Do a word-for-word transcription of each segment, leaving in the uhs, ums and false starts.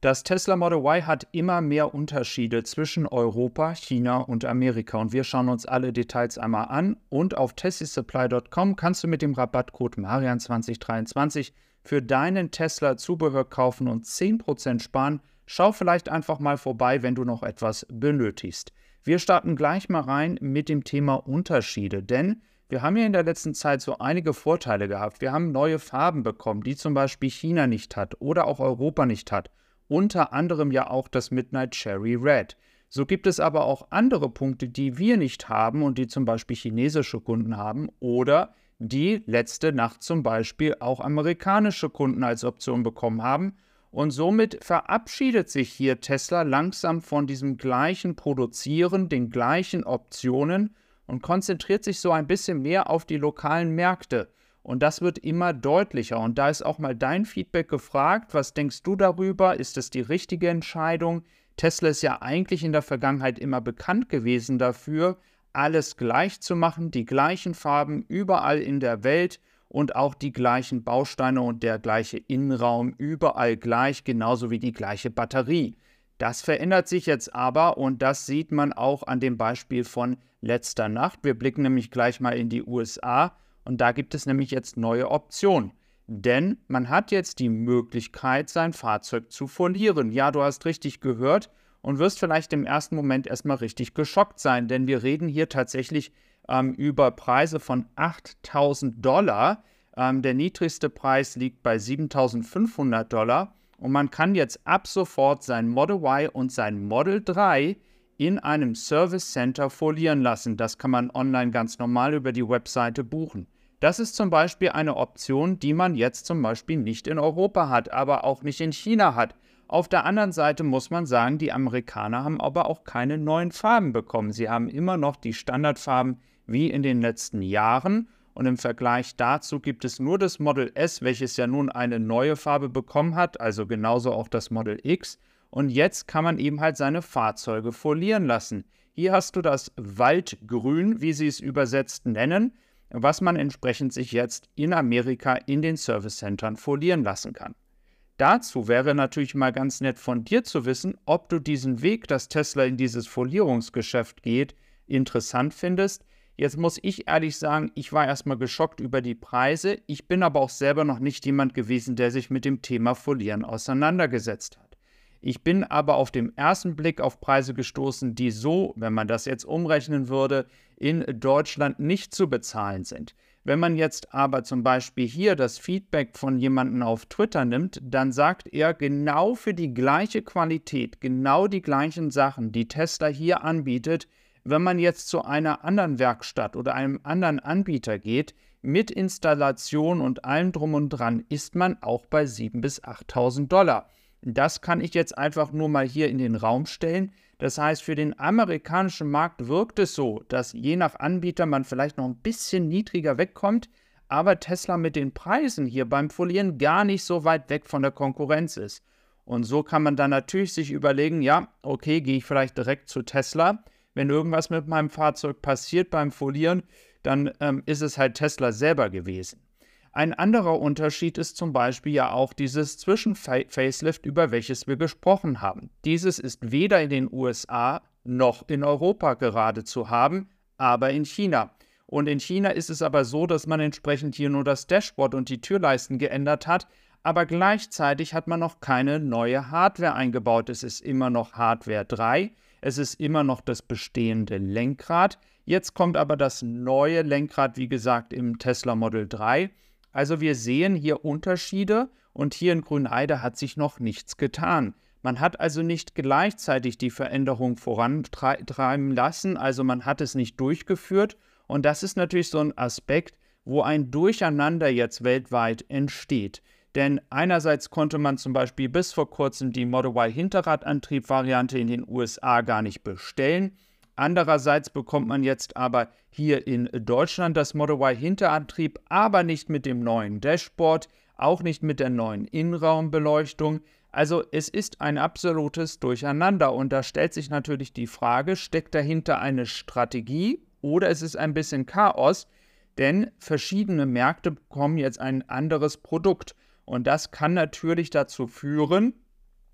Das Tesla Model Y hat immer mehr Unterschiede zwischen Europa, China und Amerika. Und wir schauen uns alle Details einmal an. Und auf tessie supply punkt com kannst du mit dem Rabattcode Marian zwanzig dreiundzwanzig für deinen Tesla Zubehör kaufen und zehn Prozent sparen. Schau vielleicht einfach mal vorbei, wenn du noch etwas benötigst. Wir starten gleich mal rein mit dem Thema Unterschiede, denn wir haben ja in der letzten Zeit so einige Vorteile gehabt. Wir haben neue Farben bekommen, die zum Beispiel China nicht hat oder auch Europa nicht hat. Unter anderem ja auch das Midnight Cherry Red. So gibt es aber auch andere Punkte, die wir nicht haben und die zum Beispiel chinesische Kunden haben oder die letzte Nacht zum Beispiel auch amerikanische Kunden als Option bekommen haben. Und somit verabschiedet sich hier Tesla langsam von diesem gleichen Produzieren, den gleichen Optionen und konzentriert sich so ein bisschen mehr auf die lokalen Märkte. Und das wird immer deutlicher. Und da ist auch mal dein Feedback gefragt. Was denkst du darüber? Ist es die richtige Entscheidung? Tesla ist ja eigentlich in der Vergangenheit immer bekannt gewesen dafür, alles gleich zu machen, die gleichen Farben überall in der Welt und auch die gleichen Bausteine und der gleiche Innenraum überall gleich, genauso wie die gleiche Batterie. Das verändert sich jetzt aber und das sieht man auch an dem Beispiel von letzter Nacht. Wir blicken nämlich gleich mal in die U S A. Und da gibt es nämlich jetzt neue Optionen. Denn man hat jetzt die Möglichkeit, sein Fahrzeug zu folieren. Ja, du hast richtig gehört und wirst vielleicht im ersten Moment erstmal richtig geschockt sein. Denn wir reden hier tatsächlich ähm, über Preise von achttausend Dollar. Ähm, der niedrigste Preis liegt bei siebentausendfünfhundert Dollar. Und man kann jetzt ab sofort sein Model Y und sein Model drei in einem Service Center folieren lassen. Das kann man online ganz normal über die Webseite buchen. Das ist zum Beispiel eine Option, die man jetzt zum Beispiel nicht in Europa hat, aber auch nicht in China hat. Auf der anderen Seite muss man sagen, die Amerikaner haben aber auch keine neuen Farben bekommen. Sie haben immer noch die Standardfarben wie in den letzten Jahren. Und im Vergleich dazu gibt es nur das Model S, welches ja nun eine neue Farbe bekommen hat, also genauso auch das Model X. Und jetzt kann man eben halt seine Fahrzeuge folieren lassen. Hier hast du das Waldgrün, wie sie es übersetzt nennen, was man entsprechend sich jetzt in Amerika in den Servicecentern folieren lassen kann. Dazu wäre natürlich mal ganz nett von dir zu wissen, ob du diesen Weg, dass Tesla in dieses Folierungsgeschäft geht, interessant findest. Jetzt muss ich ehrlich sagen, ich war erstmal geschockt über die Preise. Ich bin aber auch selber noch nicht jemand gewesen, der sich mit dem Thema Folieren auseinandergesetzt hat. Ich bin aber auf den ersten Blick auf Preise gestoßen, die so, wenn man das jetzt umrechnen würde, in Deutschland nicht zu bezahlen sind. Wenn man jetzt aber zum Beispiel hier das Feedback von jemandem auf Twitter nimmt, dann sagt er, genau für die gleiche Qualität, genau die gleichen Sachen, die Tesla hier anbietet, wenn man jetzt zu einer anderen Werkstatt oder einem anderen Anbieter geht, mit Installation und allem drum und dran, ist man auch bei siebentausend bis achttausend Dollar. Das kann ich jetzt einfach nur mal hier in den Raum stellen. Das heißt, für den amerikanischen Markt wirkt es so, dass je nach Anbieter man vielleicht noch ein bisschen niedriger wegkommt, aber Tesla mit den Preisen hier beim Folieren gar nicht so weit weg von der Konkurrenz ist. Und so kann man dann natürlich sich überlegen, ja, okay, gehe ich vielleicht direkt zu Tesla. Wenn irgendwas mit meinem Fahrzeug passiert beim Folieren, dann ähm, ist es halt Tesla selber gewesen. Ein anderer Unterschied ist zum Beispiel ja auch dieses Zwischen-Facelift, über welches wir gesprochen haben. Dieses ist weder in den U S A noch in Europa gerade zu haben, aber in China. Und in China ist es aber so, dass man entsprechend hier nur das Dashboard und die Türleisten geändert hat, aber gleichzeitig hat man noch keine neue Hardware eingebaut. Es ist immer noch Hardware drei, es ist immer noch das bestehende Lenkrad. Jetzt kommt aber das neue Lenkrad, wie gesagt, im Tesla Model drei. Also wir sehen hier Unterschiede und hier in Grünheide hat sich noch nichts getan. Man hat also nicht gleichzeitig die Veränderung vorantreiben lassen, also man hat es nicht durchgeführt und das ist natürlich so ein Aspekt, wo ein Durcheinander jetzt weltweit entsteht. Denn einerseits konnte man zum Beispiel bis vor kurzem die Model Y Hinterradantrieb-Variante in den U S A gar nicht bestellen. Andererseits bekommt man jetzt aber hier in Deutschland das Model Y Hinterantrieb, aber nicht mit dem neuen Dashboard, auch nicht mit der neuen Innenraumbeleuchtung. Also es ist ein absolutes Durcheinander und da stellt sich natürlich die Frage, steckt dahinter eine Strategie oder ist es ein bisschen Chaos? Denn verschiedene Märkte bekommen jetzt ein anderes Produkt und das kann natürlich dazu führen,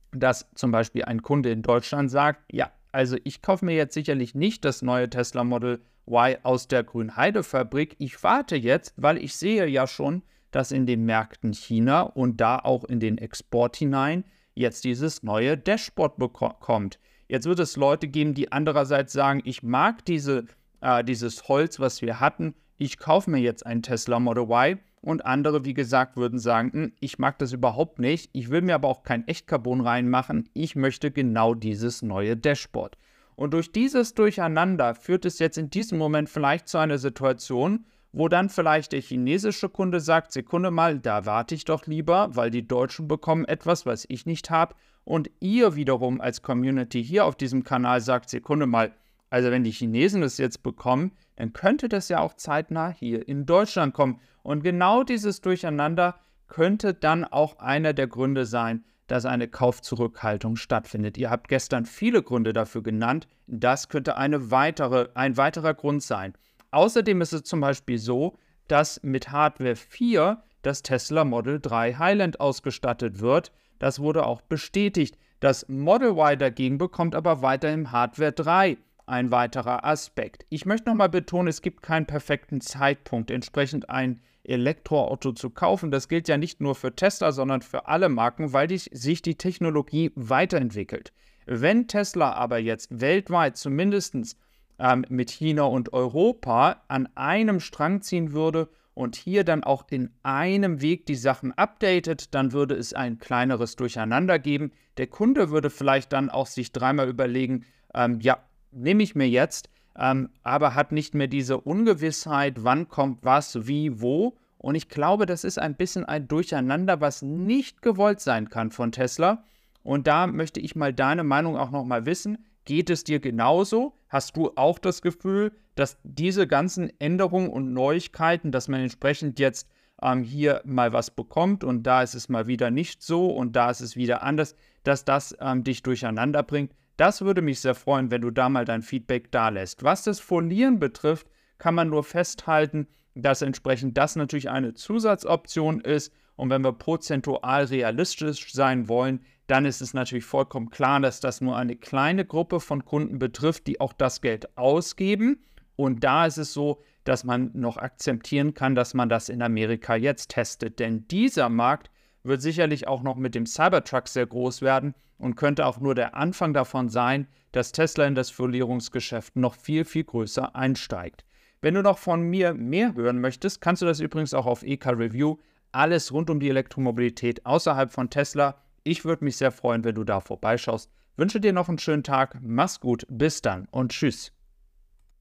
dass zum Beispiel ein Kunde in Deutschland sagt, ja, also ich kaufe mir jetzt sicherlich nicht das neue Tesla Model Y aus der Grünheide-Fabrik. Ich warte jetzt, weil ich sehe ja schon, dass in den Märkten China und da auch in den Export hinein jetzt dieses neue Dashboard bekommt. Jetzt wird es Leute geben, die andererseits sagen, ich mag diese, äh, dieses Holz, was wir hatten, ich kaufe mir jetzt ein Tesla Model Y. Und andere, wie gesagt, würden sagen, ich mag das überhaupt nicht, ich will mir aber auch kein Echtcarbon reinmachen, ich möchte genau dieses neue Dashboard. Und durch dieses Durcheinander führt es jetzt in diesem Moment vielleicht zu einer Situation, wo dann vielleicht der chinesische Kunde sagt, Sekunde mal, da warte ich doch lieber, weil die Deutschen bekommen etwas, was ich nicht habe. Und ihr wiederum als Community hier auf diesem Kanal sagt, Sekunde mal, also wenn die Chinesen das jetzt bekommen, dann könnte das ja auch zeitnah hier in Deutschland kommen. Und genau dieses Durcheinander könnte dann auch einer der Gründe sein, dass eine Kaufzurückhaltung stattfindet. Ihr habt gestern viele Gründe dafür genannt. Das könnte eine weitere, ein weiterer Grund sein. Außerdem ist es zum Beispiel so, dass mit Hardware vier das Tesla Model drei Highland ausgestattet wird. Das wurde auch bestätigt. Das Model Y dagegen bekommt aber weiterhin Hardware drei. Ein weiterer Aspekt. Ich möchte nochmal betonen, es gibt keinen perfekten Zeitpunkt, entsprechend ein Elektroauto zu kaufen. Das gilt ja nicht nur für Tesla, sondern für alle Marken, weil die, sich die Technologie weiterentwickelt. Wenn Tesla aber jetzt weltweit zumindest ähm, mit China und Europa an einem Strang ziehen würde und hier dann auch in einem Weg die Sachen updatet, dann würde es ein kleineres Durcheinander geben. Der Kunde würde vielleicht dann auch sich dreimal überlegen, ähm, ja, nehme ich mir jetzt, ähm, aber hat nicht mehr diese Ungewissheit, wann kommt was, wie, wo. Und ich glaube, das ist ein bisschen ein Durcheinander, was nicht gewollt sein kann von Tesla. Und da möchte ich mal deine Meinung auch nochmal wissen. Geht es dir genauso? Hast du auch das Gefühl, dass diese ganzen Änderungen und Neuigkeiten, dass man entsprechend jetzt ähm, hier mal was bekommt und da ist es mal wieder nicht so und da ist es wieder anders, dass das ähm, dich durcheinander bringt? Das würde mich sehr freuen, wenn du da mal dein Feedback dalässt. Was das Folieren betrifft, kann man nur festhalten, dass entsprechend das natürlich eine Zusatzoption ist. Und wenn wir prozentual realistisch sein wollen, dann ist es natürlich vollkommen klar, dass das nur eine kleine Gruppe von Kunden betrifft, die auch das Geld ausgeben. Und da ist es so, dass man noch akzeptieren kann, dass man das in Amerika jetzt testet. Denn dieser Markt wird sicherlich auch noch mit dem Cybertruck sehr groß werden und könnte auch nur der Anfang davon sein, dass Tesla in das Folierungsgeschäft noch viel, viel größer einsteigt. Wenn du noch von mir mehr hören möchtest, kannst du das übrigens auch auf E K Review. Alles rund um die Elektromobilität außerhalb von Tesla. Ich würde mich sehr freuen, wenn du da vorbeischaust. Wünsche dir noch einen schönen Tag, mach's gut, bis dann und tschüss.